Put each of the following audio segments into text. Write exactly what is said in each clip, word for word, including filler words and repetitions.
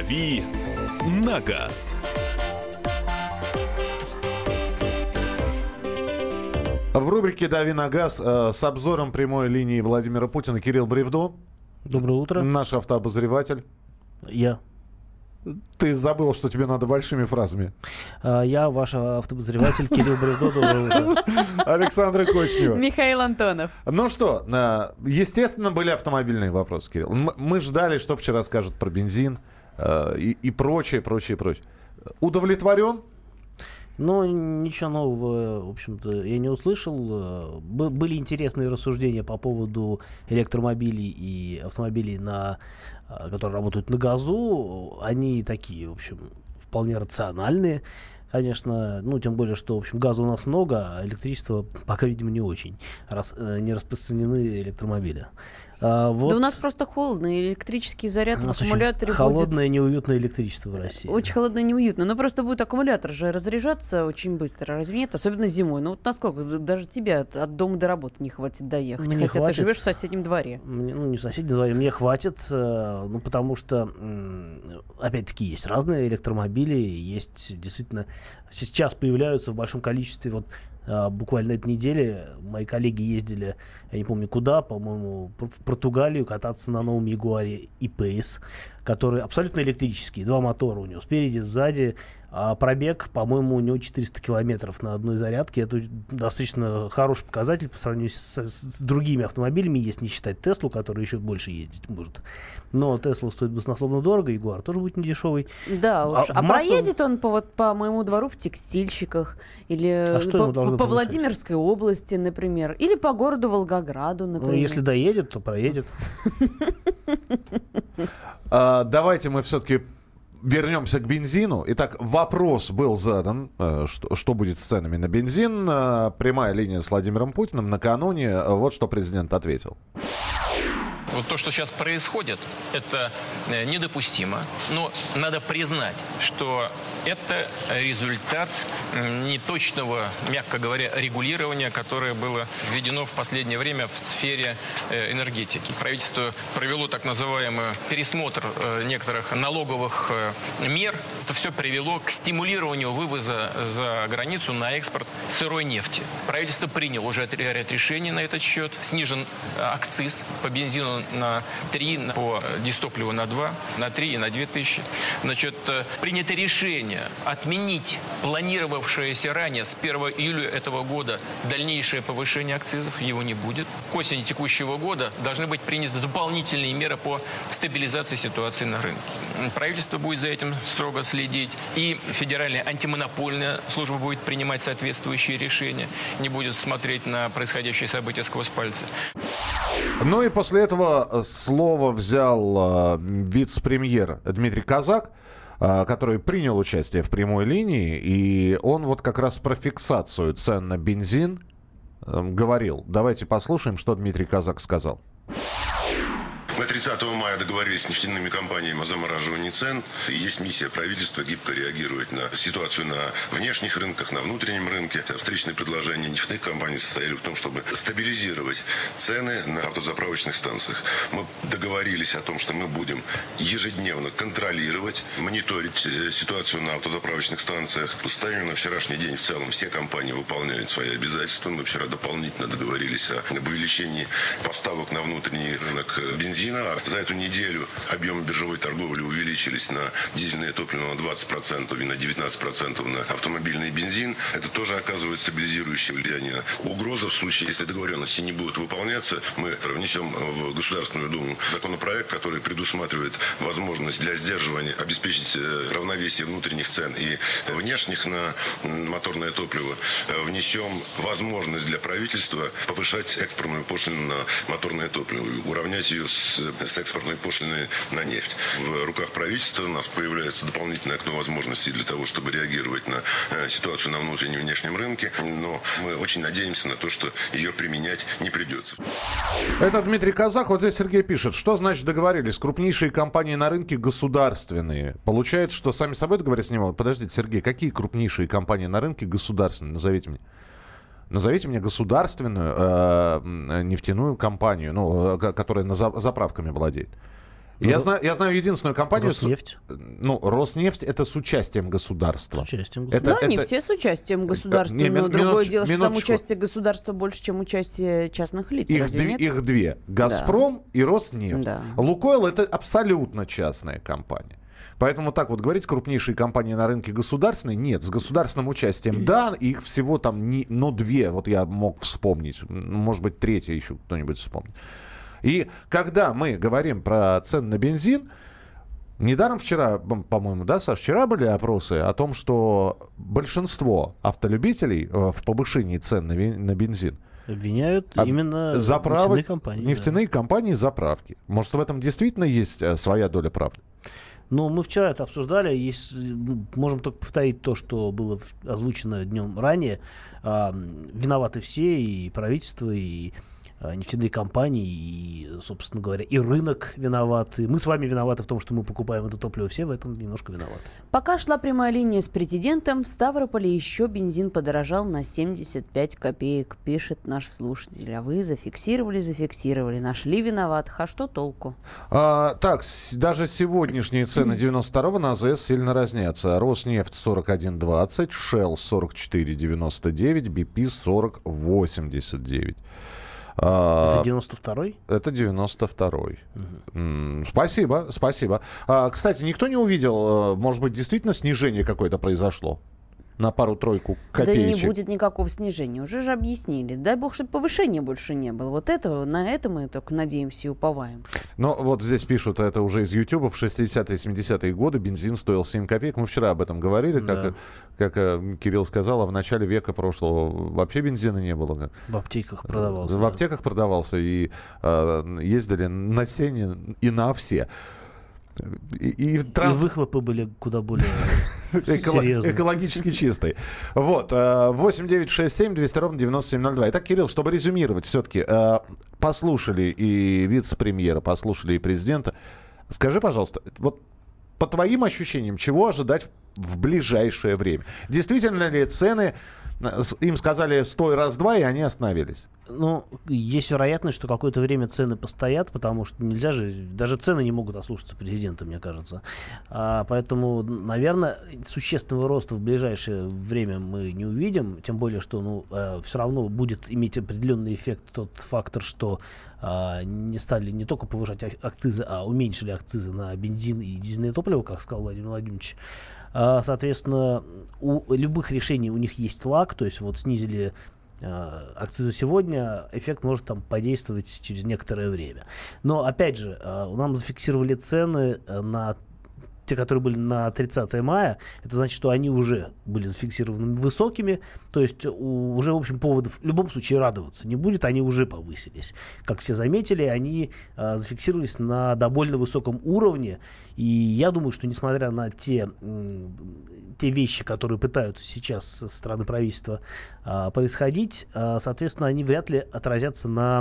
«Дави на газ». В рубрике «Дави на газ» э, с обзором прямой линии Владимира Путина Кирилл Бревдо. Доброе утро. Наш автообозреватель. Я. Ты забыл, что тебе надо большими фразами. А, я ваш автообозреватель Кирилл Бревдо. Доброе утро. Александра Кочнева. Михаил Антонов. Ну что, э, естественно, были автомобильные вопросы, Кирилл. М- Мы ждали, что вчера скажут про бензин э, и, и прочее, прочее, прочее. Удовлетворен? Ну, ничего нового, в общем-то, я не услышал. Б- были интересные рассуждения по поводу электромобилей и автомобилей, на, которые работают на газу. Они такие, в общем, вполне рациональные. Конечно, ну, тем более, что, в общем, газа у нас много, а электричество пока, видимо, не очень. Раз, не распространены электромобили. А, вот. Да у нас просто холодно, и электрический заряд в аккумуляторе будет... холодное, неуютное электричество в России. Очень холодно и неуютно. Но просто будет аккумулятор же разряжаться очень быстро, разве нет? Особенно зимой. Ну вот насколько? Даже тебе от, от дома до работы не хватит доехать. Мне хотя хватит. ты живешь в соседнем дворе. Мне, ну, не в соседнем дворе, мне хватит, э, ну, потому что, э, опять-таки, есть разные электромобили, есть действительно... Сейчас появляются в большом количестве, вот э, буквально на этой неделе мои коллеги ездили, я не помню куда, по-моему, в Португалию кататься на новом Ягуаре и-Pace, который абсолютно электрический, два мотора у него, спереди, сзади. А пробег, по-моему, у него четыреста километров на одной зарядке. Это достаточно хороший показатель по сравнению с, с другими автомобилями, если не считать Теслу, который еще больше ездить может. Но Тесла стоит баснословно дорого, Ягуар тоже будет недешевый. Да уж. А, а массовом... проедет он по, вот, по моему двору в текстильщиках? Или а что по, по, по Владимирской области, например? Или по городу Волгограду, например? Ну, если доедет, то проедет. Давайте мы все-таки вернемся к бензину. Итак, вопрос был задан, что, что будет с ценами на бензин. Прямая линия с Владимиром Путиным накануне. Вот что президент ответил. Вот то, что сейчас происходит, это недопустимо. Но надо признать, что это результат неточного, мягко говоря, регулирования, которое было введено в последнее время в сфере энергетики. Правительство провело так называемый пересмотр некоторых налоговых мер. Это все привело к стимулированию вывоза за границу на экспорт сырой нефти. Правительство приняло уже ряд решений на этот счет. Снижен акциз по бензину на три, по дизтопливу на два, на три и на две тысячи. Значит, принято решение отменить планировавшееся ранее с первого июля этого года дальнейшее повышение акцизов. Его не будет. К осени текущего года должны быть приняты дополнительные меры по стабилизации ситуации на рынке. Правительство будет за этим строго следить. И Федеральная антимонопольная служба будет принимать соответствующие решения. Не будет смотреть на происходящие события сквозь пальцы. Ну и после этого слово взял э, вице-премьер Дмитрий Казак, э, который принял участие в прямой линии, и он вот как раз про фиксацию цен на бензин э, говорил. Давайте послушаем, что Дмитрий Казак сказал. Мы тридцатого мая договорились с нефтяными компаниями о замораживании цен. Есть миссия правительства гибко реагировать на ситуацию на внешних рынках, на внутреннем рынке. Встречные предложения нефтяных компаний состояли в том, чтобы стабилизировать цены на автозаправочных станциях. Мы договорились о том, что мы будем ежедневно контролировать, мониторить ситуацию на автозаправочных станциях. По состоянию на вчерашний день в целом все компании выполняют свои обязательства. Мы вчера дополнительно договорились об увеличении поставок на внутренний рынок бензина. За эту неделю объемы биржевой торговли увеличились на дизельное топливо на двадцать процентов и на девятнадцать процентов на автомобильный бензин. Это тоже оказывает стабилизирующее влияние. Угроза в случае, если договоренности не будут выполняться, мы внесем в Государственную Думу законопроект, который предусматривает возможность для сдерживания, обеспечить равновесие внутренних цен и внешних на моторное топливо. Внесем возможность для правительства повышать экспортную пошлину на моторное топливо, уравнять ее с с экспортной пошлиной на нефть. В руках правительства у нас появляется дополнительное окно возможностей для того, чтобы реагировать на э, ситуацию на внутреннем и внешнем рынке, но мы очень надеемся на то, что ее применять не придется. Это Дмитрий Казак. Вот здесь Сергей пишет, что значит договорились? Крупнейшие компании на рынке государственные. Получается, что сами собой договорились с ним. Подождите, Сергей, какие крупнейшие компании на рынке государственные? Назовите мне. Назовите мне государственную э, нефтяную компанию, ну, которая на за, заправками владеет. Я, знаю, я знаю единственную компанию... Роснефть. С, ну, Роснефть — это с участием государства. С участием это, Да, это... не все с участием государства, Не, но мин, другое минуточку, дело, что там минуточку. участие государства больше, чем участие частных лиц. Их, Разве дв- нет? их две. «Газпром» и «Роснефть». Да. «Лукойл» — это абсолютно частная компания. Поэтому так вот говорить, крупнейшие компании на рынке государственные, нет, с государственным участием, да, их всего там, не, ну, две, вот я мог вспомнить, может быть, третья еще кто-нибудь вспомнит. И когда мы говорим про цены на бензин, недаром вчера, по-моему, да, Саш, вчера были опросы о том, что большинство автолюбителей в повышении цен на, вен- на бензин обвиняют а именно заправы, нефтяные компании. Нефтяные да. компании заправки. Может, в этом действительно есть своя доля правды? Ну, мы вчера это обсуждали. Есть, можем только повторить то, что было озвучено днем ранее. А, виноваты все, и правительство, и а, нефтяные компании, и, собственно говоря, и рынок виноваты. Мы с вами виноваты в том, что мы покупаем это топливо. Все в этом немножко виноваты. Пока шла прямая линия с президентом, в Ставрополе еще бензин подорожал на семьдесят пять копеек, пишет наш слушатель. А вы зафиксировали, зафиксировали, нашли виноватых. А что толку? А, так, с- даже сегодняшние цены девяносто второго на АЗС сильно разнятся. Роснефть сорок один двадцать, Shell сорок четыре девяносто девять, би пи сорок восемьдесят девять. А, Это девяносто второй? Это девяносто второй. М, Спасибо, спасибо. А, кстати, никто не увидел, э, может быть, действительно снижение какое-то произошло? На пару-тройку копеечек. Да не будет никакого снижения. Уже же объяснили. Дай бог, чтобы повышения больше не было. Вот этого, на это мы только надеемся и уповаем. Но вот здесь пишут, это уже из Ютуба, в шестидесятые семидесятые годы бензин стоил семь копеек. Мы вчера об этом говорили, как, Да. как э, Кирилл сказал, а в начале века прошлого вообще бензина не было. Как. В аптеках продавался. В да. аптеках продавался, и э, ездили на сене и на овсе. И, и И транс- выхлопы были куда более Эко- серьезные. экологически чистый. Вот. э, восемь девятьсот шестьдесят семь двести ровно девяносто семь ноль два. Итак, Кирилл, чтобы резюмировать, все-таки э, послушали и вице-премьера, послушали и президента. Скажи, пожалуйста, вот по твоим ощущениям, чего ожидать в, в ближайшее время? Действительно ли цены, э, с- им сказали стой раз-два, и они остановились? Ну, есть вероятность, что какое-то время цены постоят, потому что нельзя же, даже цены не могут ослушаться президента, мне кажется. А, поэтому, наверное, существенного роста в ближайшее время мы не увидим, тем более, что ну, э, все равно будет иметь определенный эффект тот фактор, что э, не стали не только повышать ак- акцизы, а уменьшили акцизы на бензин и дизельное топливо, как сказал Владимир Владимирович. А, соответственно, у любых решений у них есть лаг, то есть вот снизили акцизы сегодня, эффект может там подействовать через некоторое время. Но, опять же, э, нам зафиксировали цены э, на те, которые были на тридцатое мая. Это значит, что они уже были зафиксированы высокими. То есть у, уже, в общем, поводов в любом случае радоваться не будет. Они уже повысились. Как все заметили, они э, зафиксировались на довольно высоком уровне. И я думаю, что несмотря на те, м, те вещи, которые пытаются сейчас со стороны правительства э, происходить, э, соответственно, они вряд ли отразятся на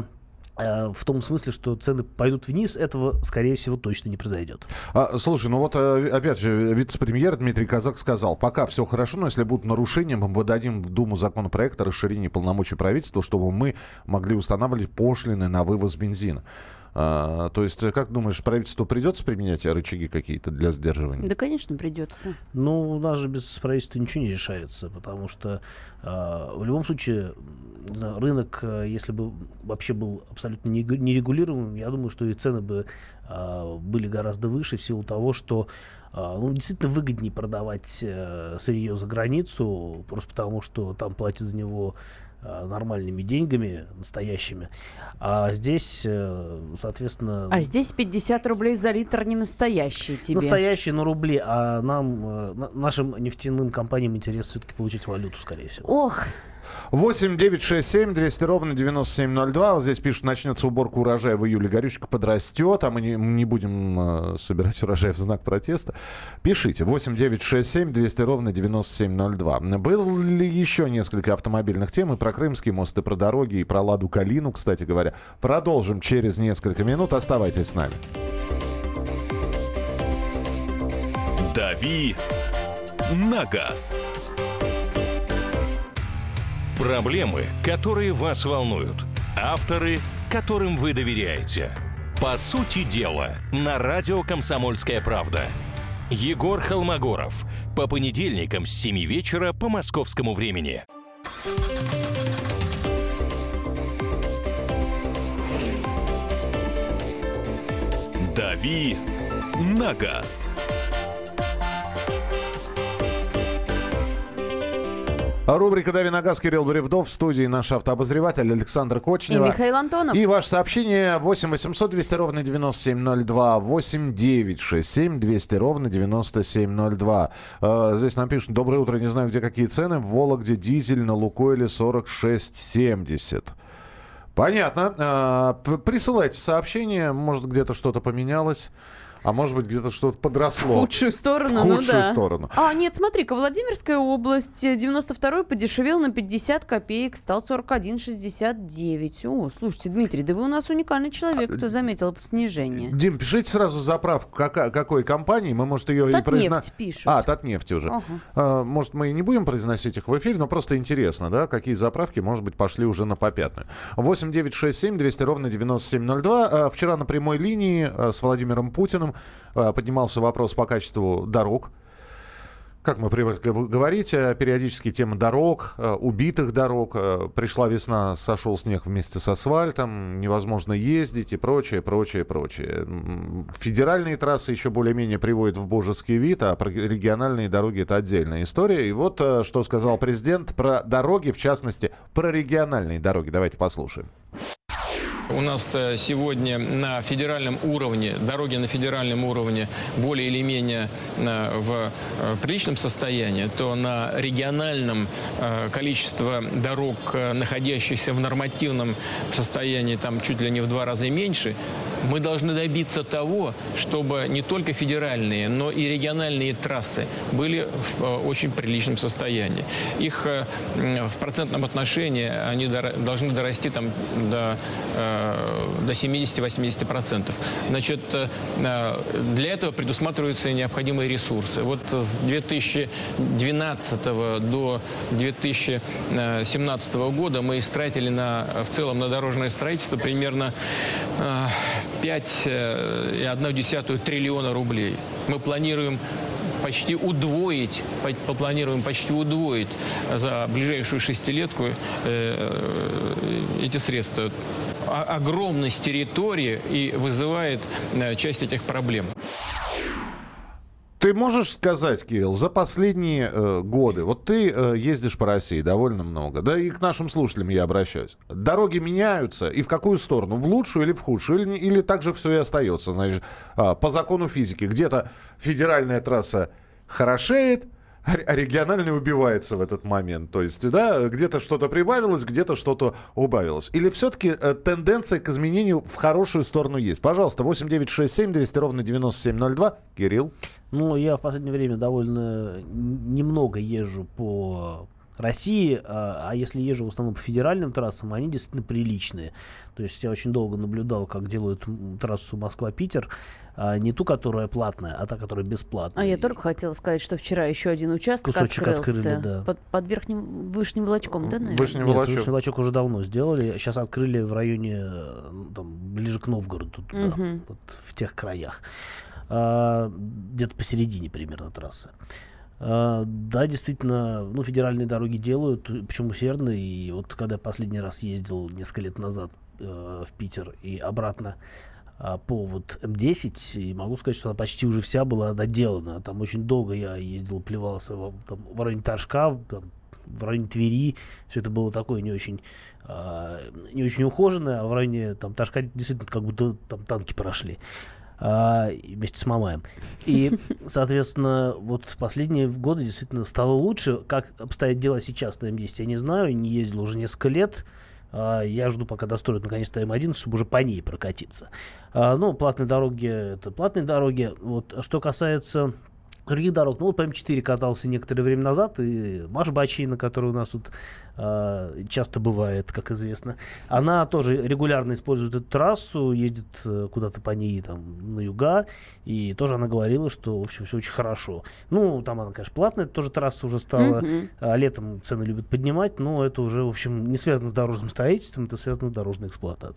в том смысле, что цены пойдут вниз, этого, скорее всего, точно не произойдет. А, слушай, ну вот э, опять же, вице-премьер Дмитрий Казак сказал, пока все хорошо, но если будут нарушения, мы подадим в Думу законопроект о расширении полномочий правительства, чтобы мы могли устанавливать пошлины на вывоз бензина. А, то есть, как думаешь, правительству придется применять рычаги какие-то для сдерживания? Да, конечно, придется. Ну, у нас же без правительства ничего не решается, потому что э, в любом случае не знаю, рынок, э, если бы вообще был абсолютно нерегулируемым, я думаю, что и цены бы э, были гораздо выше в силу того, что э, ну, действительно выгоднее продавать э, сырье за границу, просто потому что там платят за него нормальными деньгами, настоящими. А здесь, соответственно... А здесь пятьдесят рублей за литр не настоящие тебе. Настоящие на рубли, а нам, нашим нефтяным компаниям интересно все-таки получить валюту, скорее всего. Ох... восемь девятьсот шестьдесят семь двести ровно девяносто семь ноль два. Вот здесь пишут, начнется уборка урожая в июле. Горючка подрастет, а мы не, не будем э, собирать урожай в знак протеста. Пишите. восемь девятьсот шестьдесят семь двести ровно девяносто семь ноль два. Было ли еще несколько автомобильных тем? И про Крымский мост, и про дороги, и про Ладу Калину, кстати говоря. Продолжим через несколько минут. Оставайтесь с нами. Дави на газ. Проблемы, которые вас волнуют. Авторы, которым вы доверяете. По сути дела, на радио «Комсомольская правда». Егор Холмогоров. По понедельникам с семи вечера по московскому времени. «Дави на газ». Рубрика «Дави на газ», Кирилл Бревдов, в студии наш автообозреватель Александр Кочнева. И Михаил Антонов. И ваше сообщение восемь восемьсот двести ровно девяносто семь ноль два, восемь девятьсот шестьдесят семь двести ровно девяносто семь ноль два. Э, здесь нам пишут: доброе утро, не знаю, где какие цены. В Вологде дизель на Лукойле сорок шесть семьдесят. Понятно. Э, присылайте сообщение, может, где-то что-то поменялось. А может быть, где-то что-то подросло. В худшую сторону, в ну худшую да. сторону. А, нет, смотри-ка, Владимирская область, девяносто второй подешевел на пятьдесят копеек, стал сорок один шестьдесят девять. О, слушайте, Дмитрий, да вы у нас уникальный человек, кто заметил снижение. Дим, пишите сразу заправку какая, какой компании, мы, может, ее и произносим. Татнефть пишут. А, Татнефть уже. Ага. А, может, мы и не будем произносить их в эфире, но просто интересно, да, какие заправки, может быть, пошли уже на попятную. восемь девятьсот шестьдесят семь двести ровно девяносто семь ноль два. А, вчера на прямой линии а, с Владимиром Путиным а, поднимался вопрос по качеству дорог. Как мы привыкли говорить, периодически тема дорог, убитых дорог. Пришла весна, сошел снег вместе с асфальтом, невозможно ездить и прочее, прочее, прочее. Федеральные трассы еще более-менее приводят в божеский вид, а про региональные дороги — это отдельная история. И вот что сказал президент про дороги, в частности, про региональные дороги. Давайте послушаем. У нас сегодня на федеральном уровне, дороги на федеральном уровне более или менее в приличном состоянии, то на региональном количество дорог, находящихся в нормативном состоянии, там чуть ли не в два раза меньше. Мы должны добиться того, чтобы не только федеральные, но и региональные трассы были в очень приличном состоянии. Их в процентном отношении они должны дорасти там до до семидесяти-восьмидесяти процентов. Значит, для этого предусматриваются необходимые ресурсы. Вот с две тысячи двенадцатого до две тысячи семнадцатого года мы истратили на, в целом на дорожное строительство примерно пять целых одна десятая триллиона рублей. Мы планируем почти удвоить, планируем почти удвоить за ближайшую шестилетку эти средства. Огромность территории и вызывает часть этих проблем. Ты можешь сказать, Кирилл, за последние э, годы, вот ты э, ездишь по России довольно много, да и к нашим слушателям я обращаюсь. Дороги меняются, и в какую сторону? В лучшую или в худшую? Или, или так же все и остается? Значит, э, по закону физики. Где-то федеральная трасса хорошеет, а региональная убивается в этот момент. То есть, да, где-то что-то прибавилось, где-то что-то убавилось. Или все-таки э, тенденция к изменению в хорошую сторону есть? Пожалуйста, восемь девятьсот шестьдесят семь двести ровно девяносто семь ноль два. Кирилл. Ну, я в последнее время довольно немного езжу по России, а, а если езжу в основном по федеральным трассам, они действительно приличные. То есть я очень долго наблюдал, как делают трассу Москва-Питер, а не ту, которая платная, а та, которая бесплатная. А я только хотела сказать, что вчера еще один участок Кусочек открылся открыли, да. под, под верхним Вышним Волочком, да, наверное? Вышний Нет, Волочок. Вышний Волочок уже давно сделали. Сейчас открыли в районе, там, ближе к Новгороду, туда, Угу. вот в тех краях. А, где-то посередине примерно трассы. А, да, действительно, ну, федеральные дороги делают, причем усердно. И вот когда я последний раз ездил несколько лет назад э, в Питер и обратно э, по вот эм десять, и могу сказать, что она почти уже вся была доделана. Там очень долго я ездил, плевался в, там, в районе Торжка, там, в районе Твери. Все это было такое не очень, э, не очень ухоженное, а в районе там, Торжка действительно как будто там танки прошли. А, вместе с Мамаем. И, соответственно, вот в последние годы действительно стало лучше. Как обстоят дела сейчас на эм десять, я не знаю, не ездил уже несколько лет. А, я жду, пока достроят наконец-то эм одиннадцать, чтобы уже по ней прокатиться. А, ну, платные дороги — это платные дороги. Вот, что касается других дорог, ну вот по эм четыре катался некоторое время назад, и Маша Бачина, которая у нас тут э, часто бывает, как известно, она тоже регулярно использует эту трассу, ездит э, куда-то по ней там на юга, и тоже она говорила, что, в общем, все очень хорошо. Ну, там она, конечно, платная, тоже трасса уже стала, Мгм. а летом цены любят поднимать, но это уже, в общем, не связано с дорожным строительством, это связано с дорожной эксплуатацией.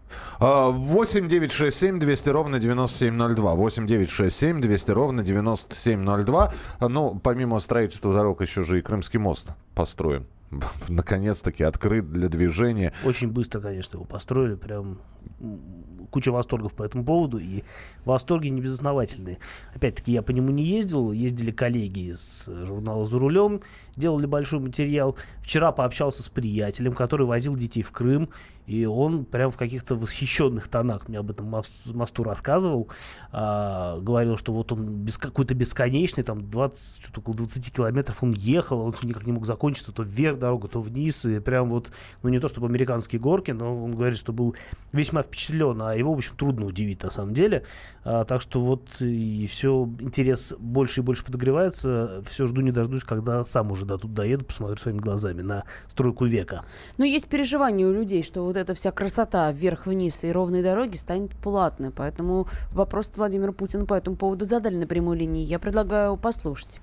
восемь девятьсот шестьдесят семь двести ровно девяносто семь ноль два. восемь девятьсот шестьдесят семь двести ровно девяносто семь ноль два. Ну, помимо строительства дорог, еще же и Крымский мост построен. Наконец-таки открыт для движения. Очень быстро, конечно, его построили. Прям куча восторгов по этому поводу. И восторги не безосновательные. Опять-таки, я по нему не ездил. Ездили коллеги из журнала «За рулем». Делали большой материал. Вчера пообщался с приятелем, который возил детей в Крым. И он прям в каких-то восхищенных тонах мне об этом мосту рассказывал. А, говорил, что вот он без, какой-то бесконечный, там двадцать, что-то около двадцати километров он ехал, он никак не мог закончиться, то вверх дорогу, то вниз. И прям вот, ну не то чтобы американские горки, но он говорит, что был весьма впечатлен. А его, в общем, трудно удивить на самом деле. А, так что вот и все, интерес больше и больше подогревается. Все жду не дождусь, когда сам уже до тут доеду, посмотрю своими глазами на стройку века. Но есть переживания у людей, что вот эта вся красота вверх-вниз и ровной дороги станет платной. Поэтому вопрос Владимиру Путину по этому поводу задали на прямой линии. Я предлагаю послушать.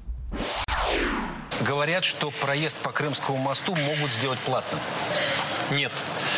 Говорят, что проезд по Крымскому мосту могут сделать платным. Нет.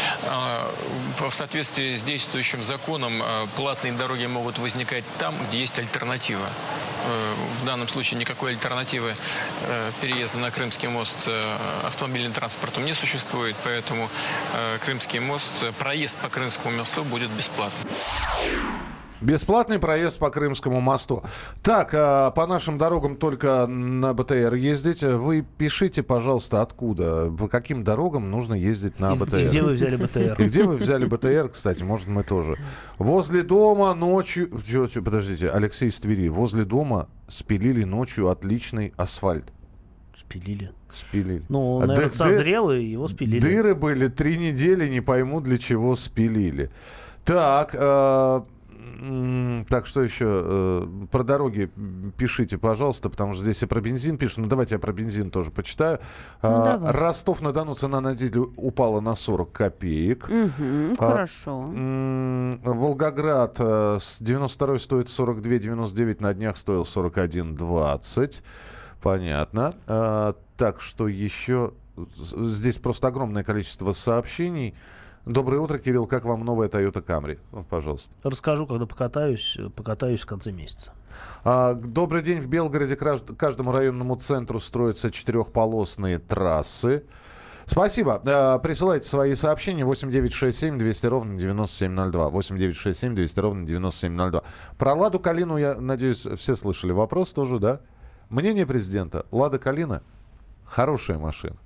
В соответствии с действующим законом платные дороги могут возникать там, где есть альтернатива. В данном случае никакой альтернативы переезда на Крымский мост автомобильным транспортом не существует, поэтому Крымский мост, проезд по Крымскому мосту будет бесплатным. Бесплатный проезд по Крымскому мосту. Так, по нашим дорогам только на БТР ездить. Вы пишите, пожалуйста, откуда, по каким дорогам нужно ездить на и, БТР. И где вы взяли БТР? И где вы взяли БТР, кстати, может, мы тоже. Возле дома ночью... Подождите, Алексей из Твери. Возле дома спилили ночью отличный асфальт. Спилили? Спилили. Ну, наверное, Ды- созрел, и его спилили. Дыры были три недели, не пойму, для чего спилили. Так, э- Так, что еще? Э, про дороги пишите, пожалуйста, потому что здесь и про бензин пишут. Ну, давайте я про бензин тоже почитаю. Ну, э, Ростов-на-Дону цена на дизель упала на сорок копеек. Угу, а, хорошо. М- Волгоград э, с девяносто второй стоит сорок два девяносто девять, на днях стоил сорок один двадцать. Понятно. Э, так, что еще? Здесь просто огромное количество сообщений. Доброе утро, Кирилл. Как вам новая Toyota Camry? Ну, пожалуйста. Расскажу, когда покатаюсь. Покатаюсь в конце месяца. А, добрый день. В Белгороде к каждому районному центру строятся четырехполосные трассы. Спасибо. А, присылайте свои сообщения. восемь девятьсот шестьдесят семь двести ровно девяносто семь ноль два. восемь девятьсот шестьдесят семь двести ровно девяносто семь ноль два. Про Ладу Калину, я надеюсь, все слышали. Вопрос тоже, да? Мнение президента. Лада Калина – хорошая машина.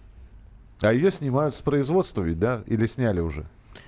А ее снимают с производства ведь, да? Или сняли уже?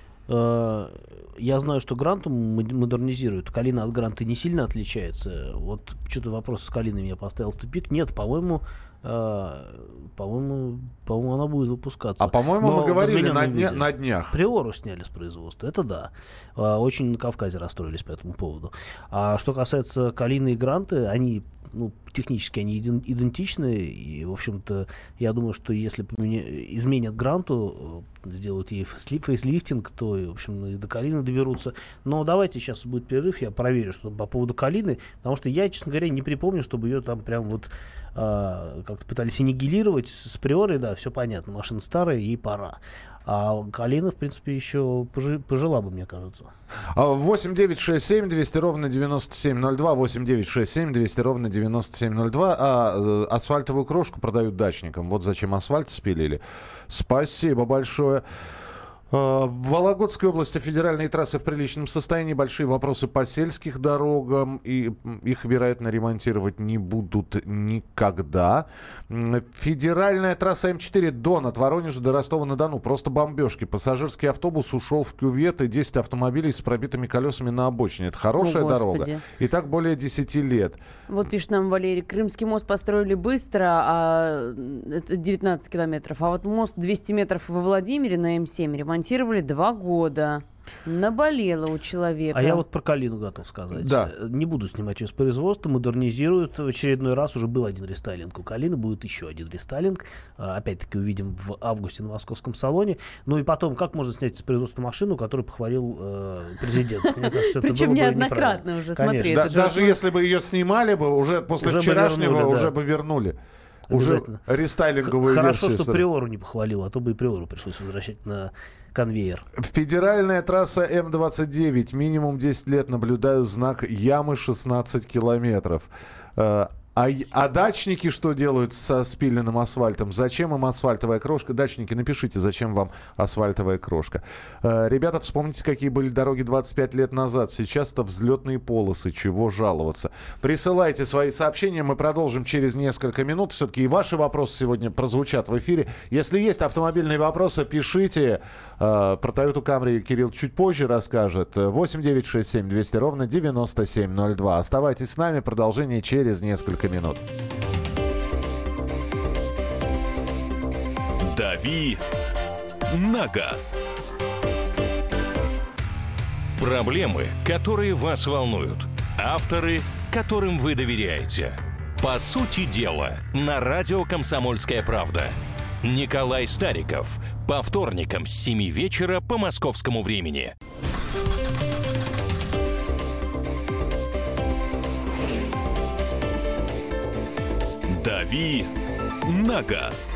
Я знаю, что Гранту модернизируют. Калина от Гранта не сильно отличается. Вот что-то вопрос с Калиной меня поставил в тупик. Нет, по-моему, по-моему, по-моему, она будет выпускаться. А по-моему, Но мы говорили на, дня, виде. на днях. Приору сняли с производства, это да. Очень на Кавказе расстроились по этому поводу. А что касается Калины и Гранты, они, ну, технически они идентичны. И, в общем-то, я думаю, что если поменя... изменят Гранту, сделают ей фейслифтинг, то, в общем, и до Калины доберутся. Но давайте сейчас будет перерыв, я проверю, что по поводу Калины, потому что я, честно говоря, не припомню, чтобы ее там прям вот а, как-то пытались аннигилировать. С Приорой, да, все понятно, машина старая, ей пора. А Калина, в принципе, еще пожила бы, мне кажется. восемь девятьсот шестьдесят семь двести ровно девяносто семь ноль два. восемь девятьсот шестьдесят семь двести ровно девяносто семь ноль два. А асфальтовую крошку продают дачникам. Вот зачем асфальт спилили. Спасибо большое. В Вологодской области федеральные трассы в приличном состоянии. Большие вопросы по сельских дорогам. И их, вероятно, ремонтировать не будут никогда. Федеральная трасса эм четыре Дон от Воронежа до Ростова-на-Дону. Просто бомбежки. Пассажирский автобус ушел в кювет и десять автомобилей с пробитыми колесами на обочине. Это хорошая О, дорога. И так более десяти лет. Вот пишет нам Валерий. Крымский мост построили быстро, а это девятнадцать километров. А вот мост двести метров во Владимире на эм семь ремонтировали Ремонтировали два года. Наболело у человека. А я вот про Калину готов сказать. Да. Не буду снимать ее с производства, модернизируют. В очередной раз уже был один рестайлинг у Калины, будет еще один рестайлинг. Опять-таки увидим в августе на московском салоне. Ну и потом, как можно снять с производства машину, которую похвалил э, президент? Мне кажется, это Причем было бы неоднократно уже, смотри. Да, даже если бы ее снимали бы, уже после Уже бы вчерашнего вернули, да. уже бы вернули. Уже рестайлинговую Хорошо, версию. что Приору не похвалил, а то бы и Приору пришлось возвращать на конвейер. Федеральная трасса М двадцать девять. Минимум десять лет наблюдаю знак ямы шестнадцать километров. А, а дачники что делают со спиленным асфальтом? Зачем им асфальтовая крошка? Дачники, напишите, зачем вам асфальтовая крошка. Э, ребята, вспомните, какие были дороги двадцать пять лет назад. Сейчас-то взлетные полосы. Чего жаловаться? Присылайте свои сообщения. Мы продолжим через несколько минут. Все-таки и ваши вопросы сегодня прозвучат в эфире. Если есть автомобильные вопросы, пишите. Э, про Toyota Camry Кирилл чуть позже расскажет. восемь девятьсот шестьдесят семь двести ровно девяносто семь ноль два. Оставайтесь с нами. Продолжение через несколько минут. Дави на газ. Проблемы, которые вас волнуют. Авторы, которым вы доверяете. По сути дела, на радио «Комсомольская правда». Николай Стариков. По вторникам с семи вечера по московскому времени. «Дави на газ».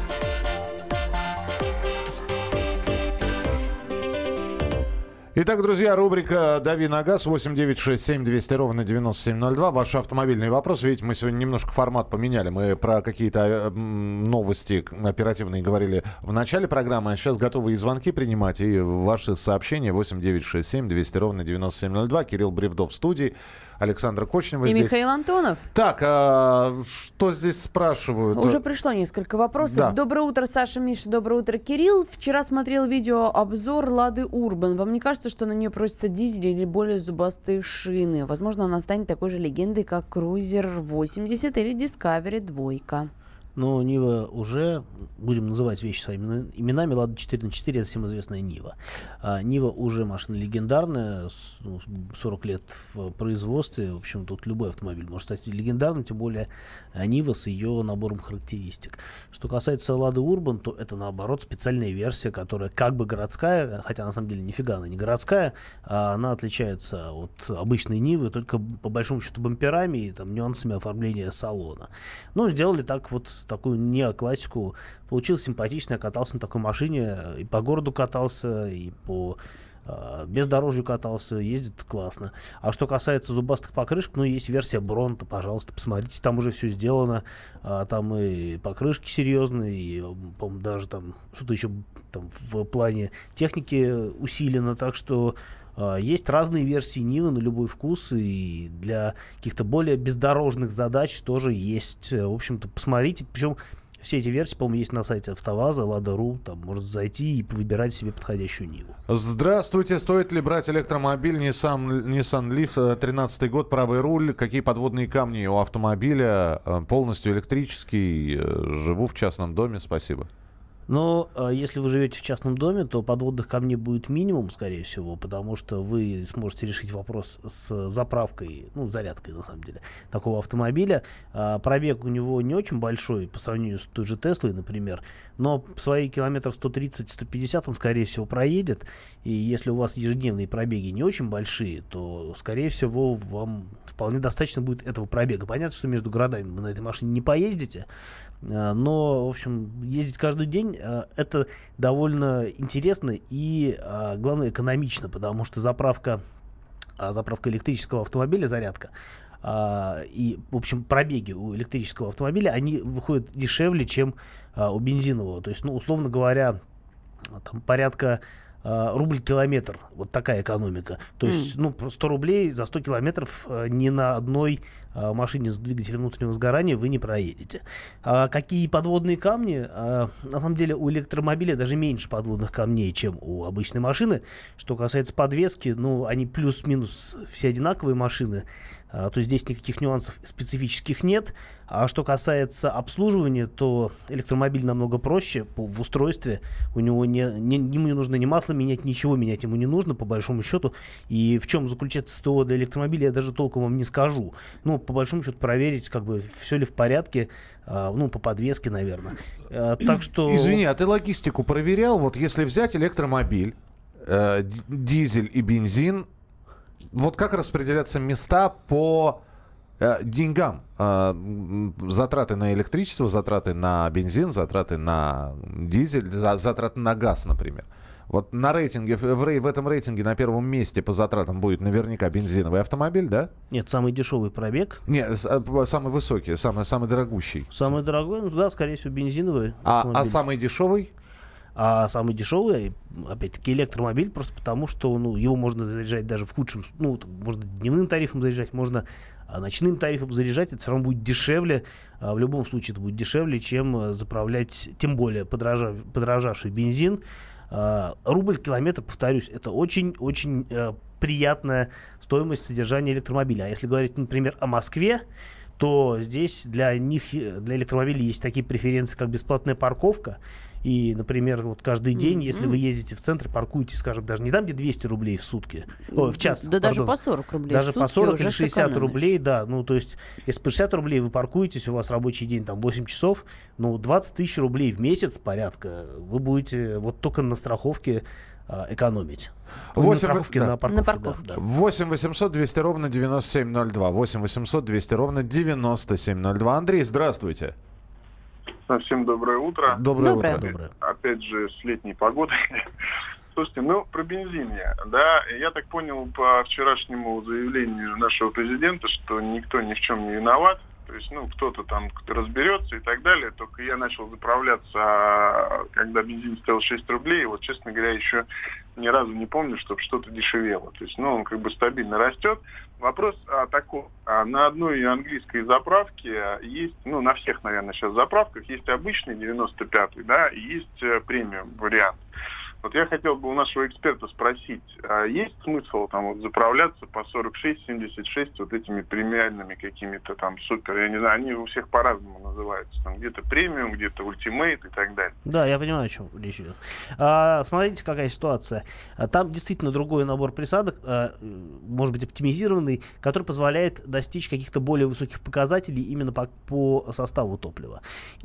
Итак, друзья, рубрика «Дави на газ» восемь девятьсот шестьдесят семь двести ровно девяносто семь ноль два. Ваши автомобильные вопросы. Видите, мы сегодня немножко формат поменяли. Мы про какие-то новости оперативные говорили в начале программы, а сейчас готовы и звонки принимать, и ваши сообщения. восемь девятьсот шестьдесят семь двести ровно девяносто семь ноль два. Кирилл Бревдов в студии. Александра Кочнева и здесь. Михаил Антонов. Так, а что здесь спрашивают? Уже пришло несколько вопросов. Да. Доброе утро, Саша, Миша. Доброе утро, Кирилл. Вчера смотрел видеообзор Лады Урбан. Вам не кажется, что на нее просится дизель или более зубастые шины? Возможно, она станет такой же легендой, как Крузер восемьдесят или Discovery два. Но Нива уже, будем называть вещи своими именами, Лада четыре на четыре, это всем известная Нива. А, Нива уже машина легендарная, сорок лет в производстве. В общем, тут любой автомобиль может стать легендарным, тем более Нива с ее набором характеристик. Что касается Лады Урбан, то это, наоборот, специальная версия, которая как бы городская, хотя на самом деле нифига она не городская, а она отличается от обычной Нивы только по большому счету бамперами и там, нюансами оформления салона. Ну, сделали так вот такую неоклассику. Получилось симпатично. Я катался на такой машине. И по городу катался, и по э, бездорожью катался. Ездит классно. А что касается зубастых покрышек, ну, есть версия Бронто, пожалуйста, посмотрите. Там уже все сделано. А, там и покрышки серьезные, и, по-моему, даже там что-то еще там, в плане техники усилено. Так что есть разные версии Нивы на любой вкус, и для каких-то более бездорожных задач тоже есть. В общем-то, посмотрите. Причем все эти версии, по-моему, есть на сайте АвтоВАЗа, Лада.ру. Там можно зайти и выбирать себе подходящую Ниву. Здравствуйте. Стоит ли брать электромобиль Nissan, Nissan Leaf, тринадцатый год, правый руль? Какие подводные камни у автомобиля? Полностью электрический. Живу в частном доме. Спасибо. Но э, если вы живете в частном доме, то подводных камней будет минимум, скорее всего, потому что вы сможете решить вопрос с заправкой, ну, зарядкой, на самом деле, такого автомобиля. Э, пробег у него не очень большой по сравнению с той же Теслой, например, но свои километров сто тридцать - сто пятьдесят он, скорее всего, проедет. И если у вас ежедневные пробеги не очень большие, то, скорее всего, вам вполне достаточно будет этого пробега. Понятно, что между городами вы на этой машине не поездите, но, в общем, ездить каждый день — это довольно интересно и, главное, экономично, потому что заправка, заправка электрического автомобиля, зарядка, и, в общем, пробеги у электрического автомобиля, они выходят дешевле, чем у бензинового. То есть, ну, условно говоря, там порядка рубль-километр. Вот такая экономика. То есть, mm. ну, сто рублей за сто километров ни на одной а, машине с двигателем внутреннего сгорания вы не проедете. А какие подводные камни? А, на самом деле у электромобиля даже меньше подводных камней, чем у обычной машины. Что касается подвески, ну, они плюс-минус все одинаковые машины. А, то есть здесь никаких нюансов специфических нет. А что касается обслуживания, то электромобиль намного проще по, в устройстве. У него не, не, ему не нужно ни масло менять, ничего менять ему не нужно, по большому счету. И в чем заключается СТО для электромобиля, я даже толком вам не скажу. Ну, по большому счету, проверить, как бы, все ли в порядке, а, ну, по подвеске, наверное. А, так что... Извини, а ты логистику проверял? Вот если взять электромобиль, э, дизель и бензин, вот как распределяться места по э, деньгам, э, затраты на электричество, затраты на бензин, затраты на дизель, за, затраты на газ, например. Вот на рейтинге, в, в этом рейтинге на первом месте по затратам будет наверняка бензиновый автомобиль, да? Нет, самый дешевый пробег. Нет, самый высокий, самый, самый дорогущий. Самый дорогой, ну да, скорее всего, бензиновый а, автомобиль. А самый дешевый? А самый дешевый, опять-таки, электромобиль, просто потому что ну, его можно заряжать даже в худшем, ну, можно дневным тарифом заряжать, можно ночным тарифом заряжать, это все равно будет дешевле, в любом случае это будет дешевле, чем заправлять, тем более подорожав, подорожавший бензин. Рубль километр, повторюсь, это очень-очень э, приятная стоимость содержания электромобиля. А если говорить, например, о Москве, то здесь для них, для электромобилей есть такие преференции, как бесплатная парковка. И, например, вот каждый день, mm-hmm. если вы ездите в центр, паркуете, скажем, даже не там, где двести рублей в сутки, о, в час. Да, пардон, даже по сорок рублей даже в сутки по сорок уже или шестьдесят сэкономишь. рублей, да. Ну, то есть, если по шестьдесят рублей вы паркуетесь, у вас рабочий день там восемь часов, ну, двадцать тысяч рублей в месяц порядка вы будете вот только на страховке а, экономить. восемь, на страховке, да. на парковке. На парковке. Да, да. восемь восемьсот двести ровно девяносто семь ноль два. восемь восемьсот двести ровно девяносто семь ноль два. Андрей, здравствуйте. Всем доброе утро. Доброе, Доброе. утро. Доброе. Опять же, с летней погодой. Слушайте, ну, про бензин я, да, я так понял по вчерашнему заявлению нашего президента, что никто ни в чем не виноват, то есть, ну, кто-то там кто разберется и так далее, только я начал заправляться, когда бензин стоил шесть рублей, и вот, честно говоря, еще ни разу не помню, чтобы что-то дешевело, то есть, ну, он как бы стабильно растет. Вопрос а, такой. А, на одной английской заправке есть, ну, на всех, наверное, сейчас заправках есть обычный девяносто пятый, да, и есть э, премиум вариант. Вот я хотел бы у нашего эксперта спросить, а есть смысл там вот заправляться по сорок шесть семьдесят шесть вот этими премиальными какими-то там супер, я не знаю, они у всех по-разному называются, там где-то премиум, где-то ультимейт и так далее. Да, я понимаю, о чем речь идет. А, смотрите, какая ситуация. Там действительно другой набор присадок, а, может быть, оптимизированный, который позволяет достичь каких-то более высоких показателей именно по, по составу топлива.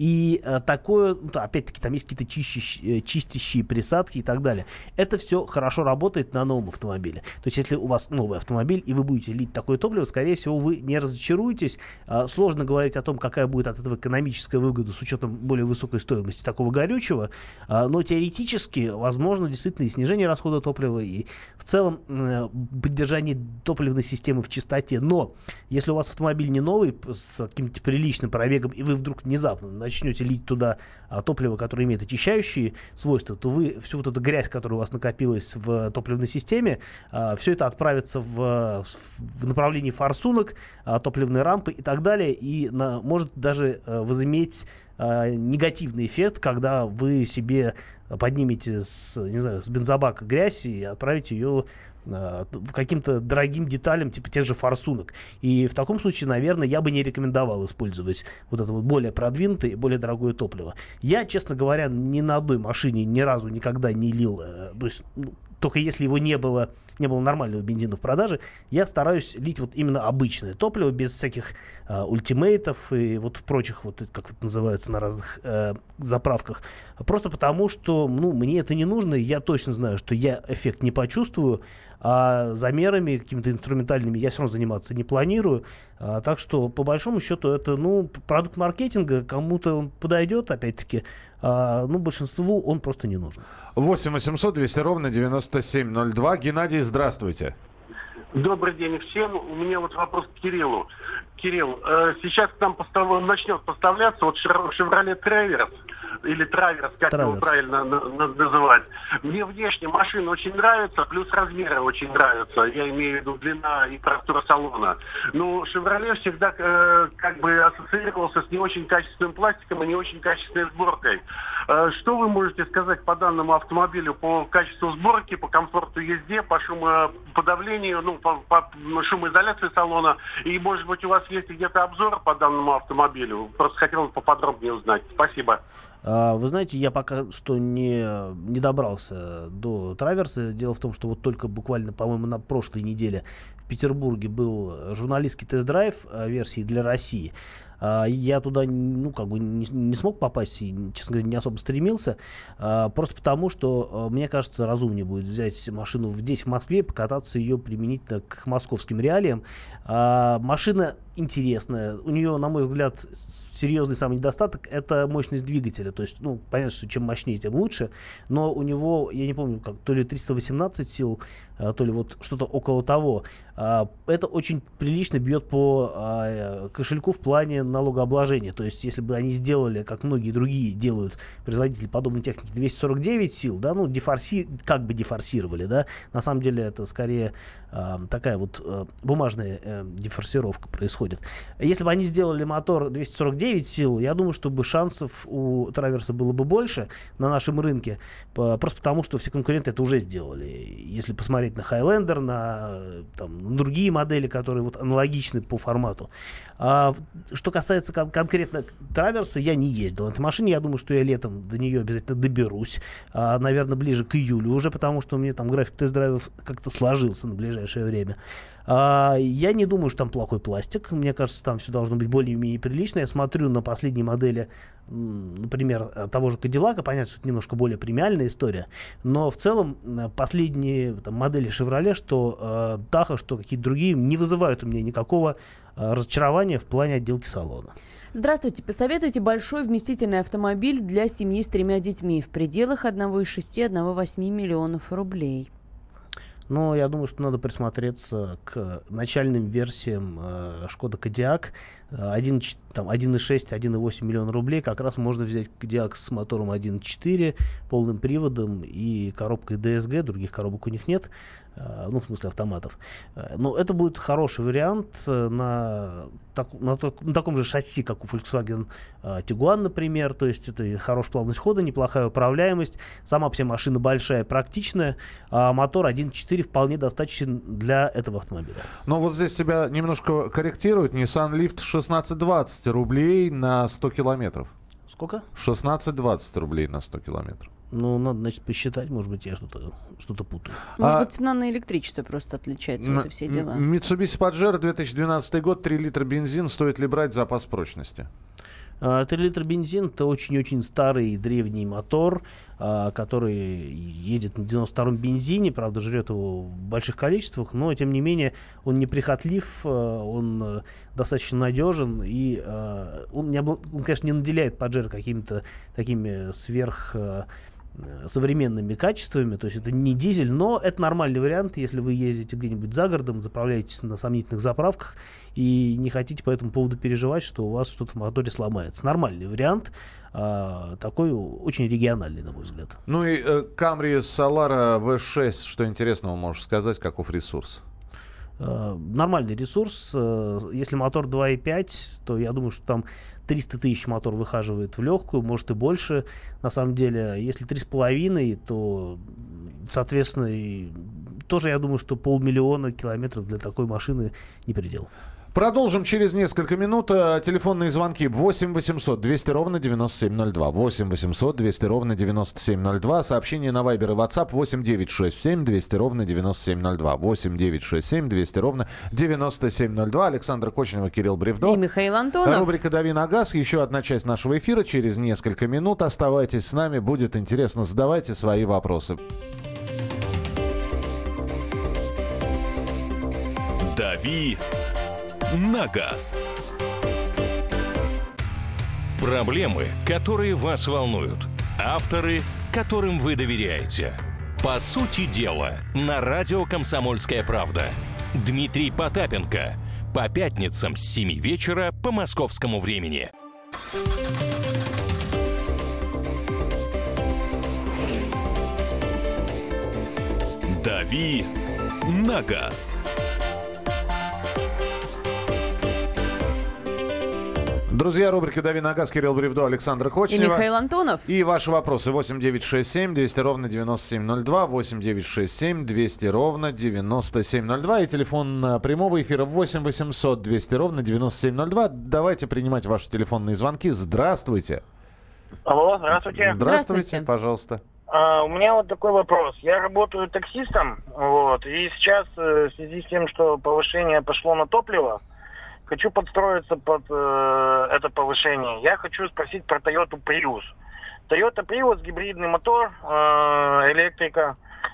И а, такое, ну, опять-таки, там есть какие-то чистящие, чистящие присадки и так далее. Это все хорошо работает на новом автомобиле. То есть, если у вас новый автомобиль, и вы будете лить такое топливо, скорее всего, вы не разочаруетесь. А, сложно говорить о том, какая будет от этого экономическая выгода с учетом более высокой стоимости такого горючего, а, но теоретически возможно действительно и снижение расхода топлива, и в целом э, поддержание топливной системы в чистоте. Но если у вас автомобиль не новый, с каким-то приличным пробегом, и вы вдруг внезапно начнете лить туда а, топливо, которое имеет очищающие свойства, то вы всю вот эту грязь, которая у вас накопилась в топливной системе, а, все это отправится в, в направлении форсунок, а, топливной рампы и так далее, и на, может даже а, возыметь а, негативный эффект, когда вы себе поднимете с, не знаю, с бензобака грязь и отправите ее каким-то дорогим деталям, типа тех же форсунок. И в таком случае, наверное, я бы не рекомендовал использовать вот это вот более продвинутое и более дорогое топливо. Я, честно говоря, ни на одной машине ни разу никогда не лил, то есть, ну, только если его не было, не было нормального бензина в продаже, я стараюсь лить вот именно обычное топливо, без всяких э, ультимейтов и вот прочих, вот как это называется на разных э, заправках. Просто потому, что ну, мне это не нужно, и я точно знаю, что я эффект не почувствую, а замерами какими-то инструментальными я все равно заниматься не планирую. А, так что, по большому счету, это ну, продукт маркетинга, кому-то он подойдет, опять-таки, а, ну, большинству он просто не нужен. восемь восемьсот двести ровно девяносто семь ноль два. Геннадий, здравствуйте. Добрый день всем. У меня вот вопрос к Кириллу. Кирилл, э, сейчас к нам постав... начнет поставляться вот Chevrolet Traverse, или Traverse, как Traverse. его правильно на- на- называть. Мне внешне машина очень нравится, плюс размеры очень нравятся. Я имею в виду длина и простор салона. Но Chevrolet всегда э, как бы ассоциировался с не очень качественным пластиком и не очень качественной сборкой. Э, что вы можете сказать по данному автомобилю по качеству сборки, по комфорту езде, по шумоподавлению, ну, по, по шумоизоляции салона? И, может быть, у вас есть где-то обзор по данному автомобилю? Просто хотел бы поподробнее узнать. Спасибо. А, вы знаете, я пока что не, не добрался до Траверса. Дело в том, что вот только буквально, по-моему, на прошлой неделе в Петербурге был журналистский тест-драйв версии для России. Я туда, ну, как бы не, не смог попасть и, честно говоря, не особо стремился. Просто потому, что, мне кажется, разумнее будет взять машину здесь, в Москве, покататься ее применительно к московским реалиям. Машина интересная. У нее, на мой взгляд, серьезный самый недостаток — это мощность двигателя. То есть, ну, понятно, что чем мощнее, тем лучше. Но у него, я не помню, как, то ли триста восемнадцать сил, то ли вот что-то около того. Это очень прилично бьет по кошельку в плане налогообложения. То есть, если бы они сделали, как многие другие делают, производители подобной техники, двести сорок девять сил, да, ну, дефорси... как бы дефорсировали, да, на самом деле это скорее э, такая вот э, бумажная э, дефорсировка происходит. Если бы они сделали мотор двести сорок девять сил, я думаю, что бы шансов у Траверса было бы больше на нашем рынке, по, просто потому, что все конкуренты это уже сделали. Если посмотреть на Highlander, на, там, на другие модели, которые вот аналогичны по формату. А, что касается кон- конкретно Траверса, я не ездил на этой машине, я думаю, что я летом до нее обязательно доберусь, а, наверное, ближе к июлю уже, потому что у меня там график тест-драйвов как-то сложился на ближайшее время. А, я не думаю, что там плохой пластик. Мне кажется, там все должно быть более-менее прилично. Я смотрю на последние модели, например, того же Кадиллака. Понятно, что это немножко более премиальная история. Но в целом последние там, модели Chevrolet, что э, Tahoe, что какие-то другие, не вызывают у меня никакого э, разочарования в плане отделки салона. Здравствуйте. Посоветуйте большой вместительный автомобиль для семьи с тремя детьми в пределах один целых шесть десятых - один целых восемь десятых миллионов рублей. Но я думаю, что надо присмотреться к начальным версиям э, Шкода Кодиак. один целых шесть - один целых восемь миллиона рублей. Как раз можно взять Кодиак с мотором один целых четыре, полным приводом и коробкой ди эс джи. Других коробок у них нет. Э, ну, в смысле автоматов. Э, но это будет хороший вариант на, так, на, так, на таком же шасси, как у Volkswagen э, Tiguan, например. То есть это хорошая плавность хода, неплохая управляемость. Сама вся машина большая, практичная. А мотор один целых четыре вполне достаточен для этого автомобиля. Но вот здесь тебя немножко корректирует. Nissan Leaf шестнадцать двадцать рублей на сто километров. Сколько? шестнадцать двадцать рублей на сто километров. Ну, надо, значит, посчитать. Может быть, я что-то, что-то путаю. Может а... быть, цена на электричество просто отличается. Вот и все дела. Mitsubishi Pajero две тысячи двенадцатый год, три литра бензин. Стоит ли брать запас прочности? три литра бензин — это очень-очень старый древний мотор, который едет на девяносто втором бензине, правда, жрет его в больших количествах, но, тем не менее, он неприхотлив, он достаточно надежен, и он, не обла... он конечно, не наделяет Pajero какими-то такими сверх... современными качествами, то есть это не дизель, но это нормальный вариант, если вы ездите где-нибудь за городом, заправляетесь на сомнительных заправках и не хотите по этому поводу переживать, что у вас что-то в моторе сломается. Нормальный вариант, а, такой очень региональный, на мой взгляд. Ну и э, Camry Solara ви шесть, что интересного можешь сказать, каков ресурс? Нормальный ресурс. Если мотор два и пять, то я думаю, что там триста тысяч мотор выхаживает в легкую, может и больше. На самом деле, если три с половиной, то, соответственно, и тоже я думаю, что полмиллиона километров для такой машины не предел. Продолжим через несколько минут. Телефонные звонки восемь восемьсот двести ровно девяносто семь ноль два. восемь восемьсот двести ровно девяносто семь ноль два. Сообщение на Viber и WhatsApp восемь девятьсот шестьдесят семь двести ровно девяносто семь ноль два. восемь девятьсот шестьдесят семь двести ровно девяносто семь ноль два. Александра Кочнева, Кирилл Бревдо. И Михаил Антонов. Рубрика «Дави на газ». Еще одна часть нашего эфира через несколько минут. Оставайтесь с нами, будет интересно. Задавайте свои вопросы. «Дави на газ». Проблемы, которые вас волнуют. Авторы, которым вы доверяете. По сути дела, на радио «Комсомольская правда». Дмитрий Потапенко. По пятницам с семи вечера по московскому времени. «Дави на газ». Друзья, рубрика «Дави на газ», Кирилл Бревдо, Александра Кочнева. И Михаил Антонов. И ваши вопросы восемь девятьсот шестьдесят семь двести ровно девяносто семь ноль два, восемь девятьсот шестьдесят семь двести ровно девяносто семь ноль два и телефон прямого эфира восемь восемьсот двести ровно девяносто семь ноль два. Давайте принимать ваши телефонные звонки. Здравствуйте. Алло, здравствуйте. Здравствуйте, Здравствуйте. пожалуйста. А, у меня вот такой вопрос. Я работаю таксистом, вот, и сейчас э, в связи с тем, что повышение пошло на топливо, хочу подстроиться под э, это повышение. Я хочу спросить про Toyota Prius. Toyota Prius, гибридный мотор, э, электрика.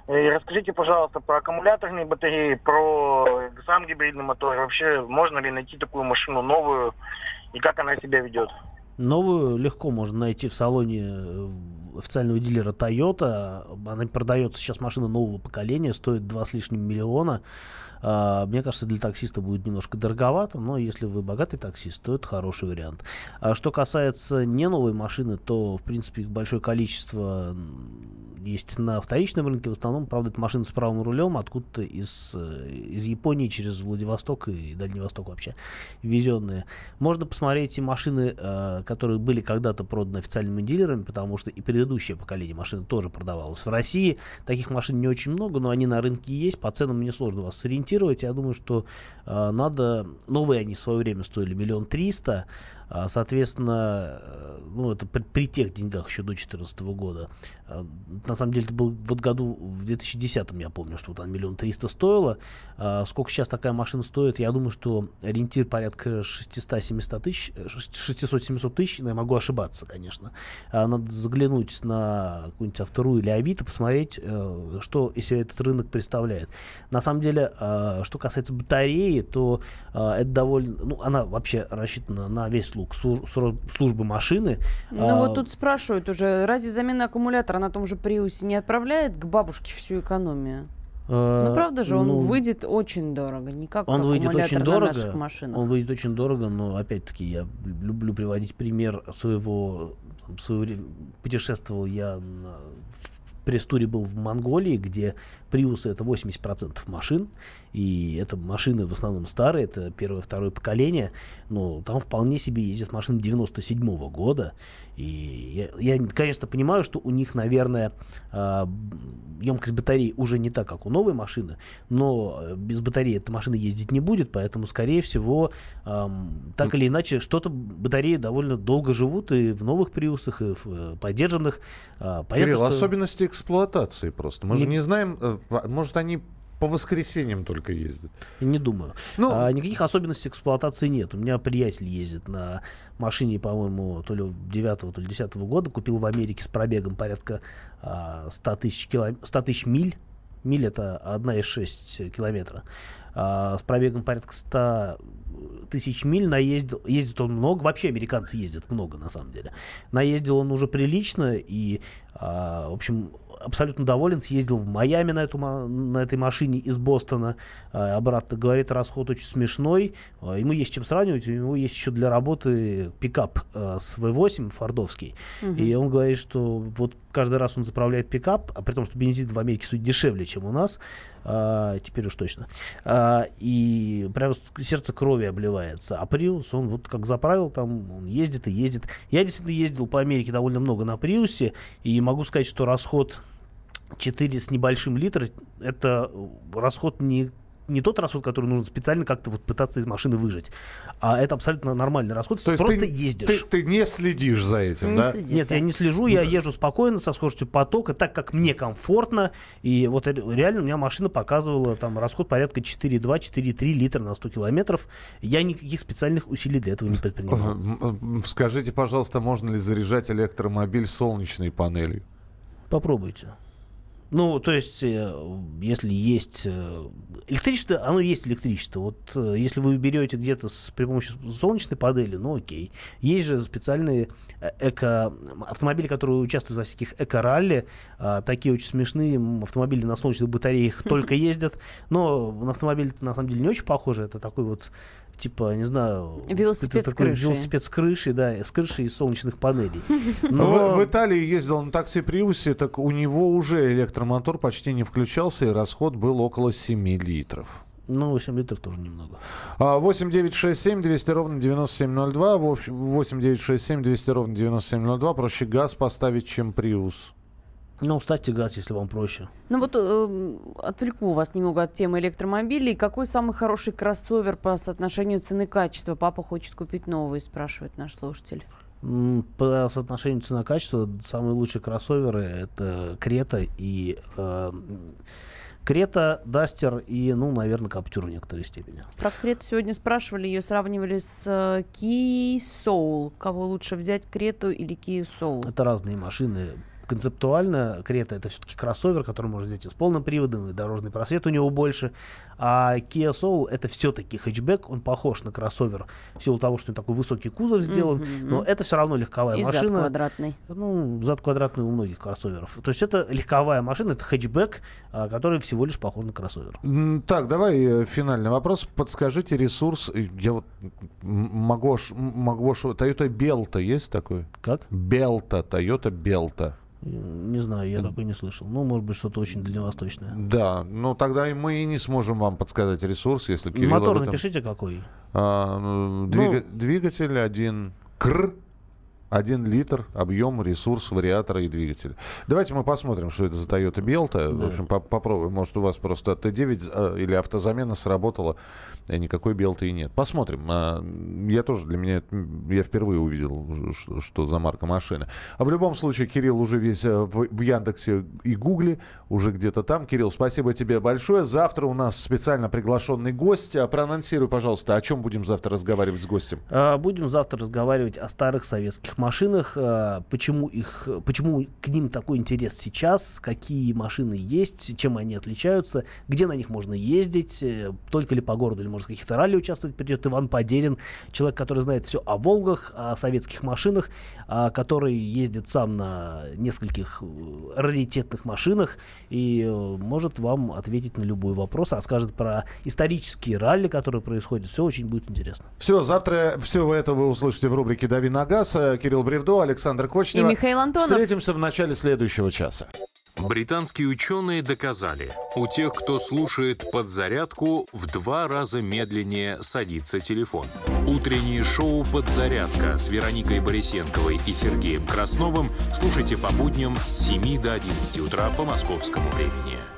И расскажите, пожалуйста, про аккумуляторные батареи, про сам гибридный мотор. Вообще, можно ли найти такую машину новую и как она себя ведет? Новую легко можно найти в салоне официального дилера Toyota. Она продается сейчас, машина нового поколения, стоит два с лишним миллиона. Мне кажется, для таксиста будет немножко дороговато, но если вы богатый таксист, то это хороший вариант. А что касается не новой машины, то, в принципе, их большое количество есть на вторичном рынке. В основном, правда, это машины с правым рулем, откуда-то из, из Японии через Владивосток и Дальний Восток вообще везенные. Можно посмотреть и машины, которые были когда-то проданы официальными дилерами, потому что и предыдущее поколение машин тоже продавалось в России. Таких машин не очень много, но они на рынке есть. По ценам мне сложно вас сориентировать. Я думаю, что э, надо... Новые они в свое время стоили миллион триста. А, соответственно, э, ну, это при, при тех деньгах еще до две тысячи четырнадцатого года. А, на самом деле, это был вот году в две тысячи десятом, я помню, что там миллион триста стоило. А, сколько сейчас такая машина стоит? Я думаю, что ориентир порядка шестьсот-семьсот тысяч. шестьсот-семьсот тысяч, но я могу ошибаться, конечно. А, надо заглянуть на какую-нибудь Автору или Авито, посмотреть, э, что из себя этот рынок представляет. На самом деле, э, что касается батареи, то э, это довольно... Ну, она вообще рассчитана на весь слуг службы машины. Ну а, вот тут спрашивают уже, разве замена аккумулятора на том же Приусе не отправляет к бабушке всю экономию? э, Ну правда же, он ну, выйдет очень дорого, не как он выйдет аккумулятор очень на дорого, наших машинах. Он выйдет очень дорого, но опять-таки я люблю приводить пример своего... В свое время путешествовал я на... В пресс-туре был в Монголии, где Приусы — это восемьдесят процентов машин, и это машины в основном старые, это первое, второе поколение, но там вполне себе ездят машины девяносто седьмого года, и я, я, конечно, понимаю, что у них, наверное, емкость батареи уже не так, как у новой машины, но без батареи эта машина ездить не будет, поэтому, скорее всего, так или иначе, что-то батареи довольно долго живут и в новых Приусах, и в поддержанных. Понятно, Кирилл, что... особенности эксплуатации просто. Мы не... же не знаем, может, они по воскресеньям только ездят. Не думаю. Ну, а, никаких особенностей эксплуатации нет. У меня приятель ездит на машине, по-моему, то ли девятого, то ли десятого года. Купил в Америке с пробегом порядка а, сто тысяч килом... сто тысяч миль. Миль — это одна целых шесть десятых километра. А, с пробегом порядка ста тысяч миль наездил. Ездит он много. Вообще американцы ездят много, на самом деле. Наездил он уже прилично и, а, в общем, абсолютно доволен. Съездил в Майами на, эту, на этой машине из Бостона. А, обратно, говорит, расход очень смешной. А, ему есть чем сравнивать. У него есть еще для работы пикап а, с вэ восемь фордовский. Угу. И он говорит, что вот каждый раз он заправляет пикап, а при том, что бензин в Америке стоит дешевле, чем у нас. А, теперь уж точно. А, и прям сердце крови обливается. А Prius, он вот как заправил, там он ездит и ездит. Я действительно ездил по Америке довольно много на Приусе, и могу сказать, что расход четыре с небольшим литра, это расход не не тот расход, который нужно специально как-то вот пытаться из машины выжать, а это абсолютно нормальный расход. То есть просто ты, ездишь. Ты, ты не следишь за этим, не да? следишь, Нет, да. я не слежу, я езжу спокойно, со скоростью потока, так как мне комфортно. И вот реально у меня машина показывала там расход порядка четыре и два - четыре и три литра на сто километров. Я никаких специальных усилий для этого не предпринимал. Скажите, пожалуйста, можно ли заряжать электромобиль солнечной панелью? Попробуйте. Ну, то есть, если есть электричество, оно есть электричество. Вот если вы берете где-то с, при помощи солнечной панели, ну окей. Есть же специальные эко автомобили, которые участвуют во всяких эко-ралли. А, такие очень смешные автомобили на солнечных батареях только ездят. Но на автомобиль на самом деле не очень похоже. Это такой вот типа, не знаю... Велосипед с крышей. Велосипед с крышей, да, с крышей из солнечных панелей. Но... В, в Италии ездил на такси Приусе, так у него уже электромотор почти не включался, и расход был около семи литров. Ну, семь литров тоже немного. восемь девятьсот шестьдесят семь двести ровно девяносто семь ноль два. восемь девятьсот шестьдесят семь двести ровно девяносто семь ноль два. Проще газ поставить, чем Приус. Ну, ставьте газ, если вам проще. Ну вот э, отвлеку вас немного от темы электромобилей. Какой самый хороший кроссовер по соотношению цены-качества? Папа хочет купить новый, спрашивает наш слушатель. По соотношению цена-качество самые лучшие кроссоверы — это Крета и... Э, Крета, Дастер и, ну, наверное, Каптюр в некоторой степени. Про Крету сегодня спрашивали, ее сравнивали с Kia Soul. Кого лучше взять, Крету или Kia Soul? Это разные машины. концептуально Крета — это все-таки кроссовер, который можно взять и с полным приводом, и дорожный просвет у него больше. А Kia Soul — это все-таки хэтчбэк, он похож на кроссовер в силу того, что у него такой высокий кузов сделан, mm-hmm. но это все равно легковая и машина. зад квадратный. Ну, зад квадратный у многих кроссоверов. То есть это легковая машина, это хэтчбэк, который всего лишь похож на кроссовер. Так, давай финальный вопрос. Подскажите ресурс. Я вот могу, могу, Toyota Belta есть такой? Как? Belta, Toyota Belta. Не знаю, я такой не слышал. Ну, может быть, что-то очень дальневосточное. Да, ну тогда мы и не сможем вам подсказать ресурс, если Кирилл... Мотор этом... напишите какой. А, ну, двига... ну... Двигатель один кр, один литр, объем, ресурс, вариатора и двигателя. Давайте мы посмотрим, что это за Toyota Belta. Да. В общем, по попробуем. Может, у вас просто Т девять э, или автозамена сработала, и никакой Белты и нет. Посмотрим. А, я тоже, для меня, я впервые увидел, что, что за марка машины. А в любом случае, Кирилл уже весь в, в Яндексе и Гугле, уже где-то там. Кирилл, спасибо тебе большое. Завтра у нас специально приглашенный гость. Проанонсируй, пожалуйста, о чем будем завтра разговаривать с гостем. А, будем завтра разговаривать о старых советских машинах, почему их, почему к ним такой интерес сейчас, какие машины есть, чем они отличаются, где на них можно ездить, только ли по городу, или может в каких-то ралли участвовать придет. Иван Подерин, человек, который знает все о Волгах, о советских машинах, который ездит сам на нескольких раритетных машинах и может вам ответить на любой вопрос, расскажет про исторические ралли, которые происходят. Все очень будет интересно. Все, завтра все это вы услышите в рубрике «Дави на газ». Кирилл Бревдо, Александр Кочнева. И Михаил Антонов. Встретимся в начале следующего часа. Британские ученые доказали, у тех, кто слушает «Подзарядку», в два раза медленнее садится телефон. Утреннее шоу «Подзарядка» с Вероникой Борисенковой и Сергеем Красновым слушайте по будням с семи до одиннадцати утра по московскому времени.